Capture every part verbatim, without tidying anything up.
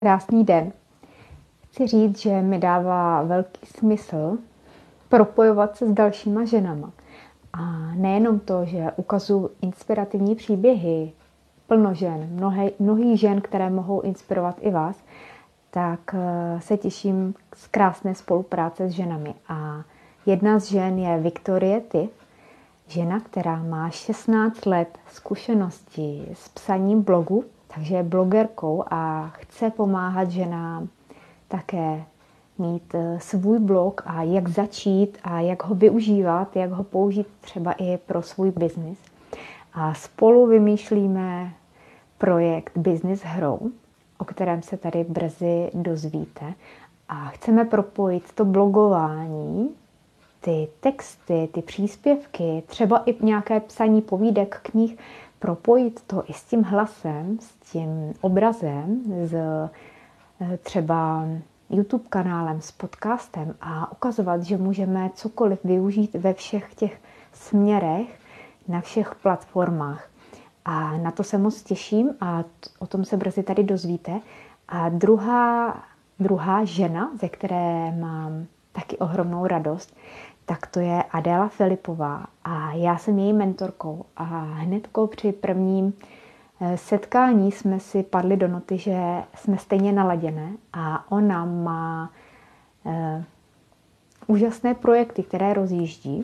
Krásný den. Chci říct, že mi dává velký smysl propojovat se s dalšíma ženama. A nejenom to, že ukazuju inspirativní příběhy, plno žen, mnohé, mnohých žen, které mohou inspirovat i vás, tak se těším z krásné spolupráce s ženami. A jedna z žen je Viktorie Tiff, žena, která má šestnáct let zkušenosti s psaním blogu, takže je blogerkou a chce pomáhat ženám také mít svůj blog a jak začít a jak ho využívat, jak ho použít třeba i pro svůj biznis. A spolu vymýšlíme projekt Business Grow, o kterém se tady brzy dozvíte. A chceme propojit to blogování, ty texty, ty příspěvky, třeba i nějaké psaní povídek, knih, propojit to i s tím hlasem, s tím obrazem, s třeba YouTube kanálem, s podcastem a ukazovat, že můžeme cokoliv využít ve všech těch směrech, na všech platformách. A na to se moc těším a o tom se brzy tady dozvíte. A druhá, druhá žena, ze které mám taky ohromnou radost, tak to je Adéla Filipová a já jsem její mentorkou a hnedko při prvním setkání jsme si padli do noty, že jsme stejně naladěné a ona má e, úžasné projekty, které rozjíždí.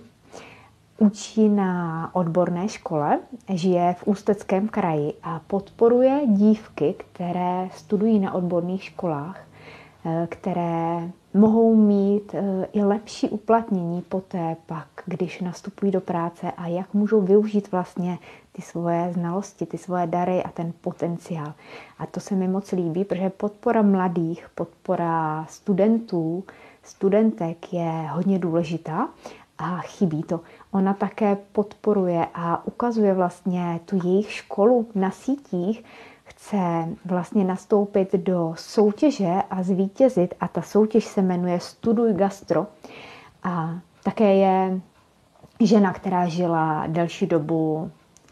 Učí na odborné škole, žije v Ústeckém kraji a podporuje dívky, které studují na odborných školách, e, které mohou mít i lepší uplatnění poté pak, když nastupují do práce a jak můžou využít vlastně ty svoje znalosti, ty svoje dary a ten potenciál. A to se mi moc líbí, protože podpora mladých, podpora studentů, studentek je hodně důležitá a chybí to. Ona také podporuje a ukazuje vlastně tu jejich školu na sítích, chce vlastně nastoupit do soutěže a zvítězit a ta soutěž se jmenuje Studuj gastro a také je žena, která žila delší dobu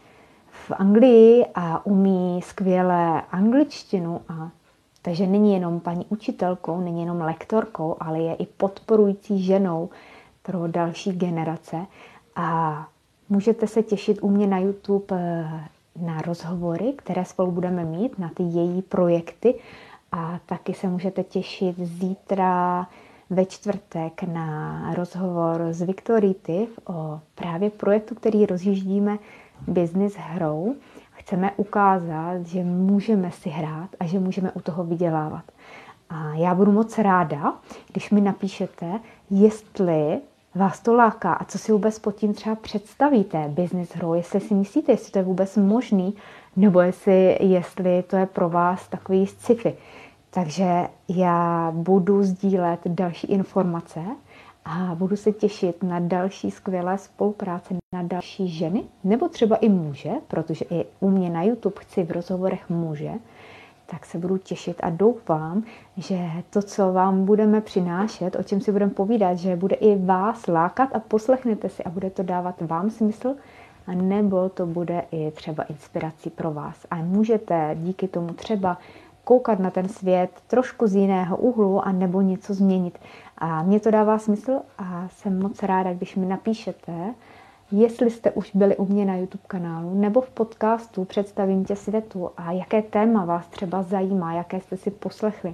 v Anglii a umí skvěle angličtinu a takže není jenom paní učitelkou, není jenom lektorkou, ale je i podporující ženou pro další generace a můžete se těšit u mě na YouTube na rozhovory, které spolu budeme mít, na ty její projekty a taky se můžete těšit zítra ve čtvrtek na rozhovor s Viktorií Tiff o právě projektu, který rozjíždíme Business Grow. Chceme ukázat, že můžeme si hrát a že můžeme u toho vydělávat. A já budu moc ráda, když mi napíšete, jestli vás to láká a co si vůbec pod tím třeba představíte, Business Grow, jestli si myslíte, jestli to je vůbec možný, nebo jestli, jestli to je pro vás takový sci-fi. Takže já budu sdílet další informace a budu se těšit na další skvělé spolupráce, na další ženy, nebo třeba i muže, protože i u mě na YouTube chci v rozhovorech muže, tak se budu těšit a doufám, že to, co vám budeme přinášet, o čem si budeme povídat, že bude i vás lákat a poslechnete si a bude to dávat vám smysl, a nebo to bude i třeba inspirací pro vás. A můžete díky tomu třeba koukat na ten svět trošku z jiného úhlu a nebo něco změnit. A mně to dává smysl a jsem moc ráda, když mi napíšete, jestli jste už byli u mě na YouTube kanálu nebo v podcastu Představím tě světu a jaké téma vás třeba zajímá, jaké jste si poslechli.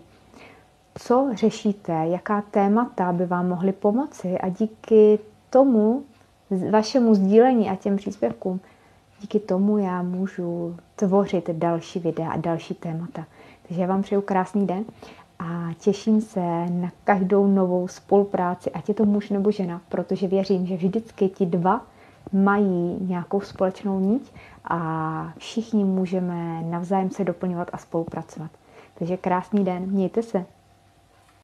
Co řešíte, jaká témata by vám mohly pomoci a díky tomu, vašemu sdílení a těm příspěvkům, díky tomu já můžu tvořit další videa a další témata. Takže já vám přeju krásný den a těším se na každou novou spolupráci, ať je to muž nebo žena, protože věřím, že vždycky ti dva mají nějakou společnou niť a všichni můžeme navzájem se doplňovat a spolupracovat. Takže krásný den, mějte se.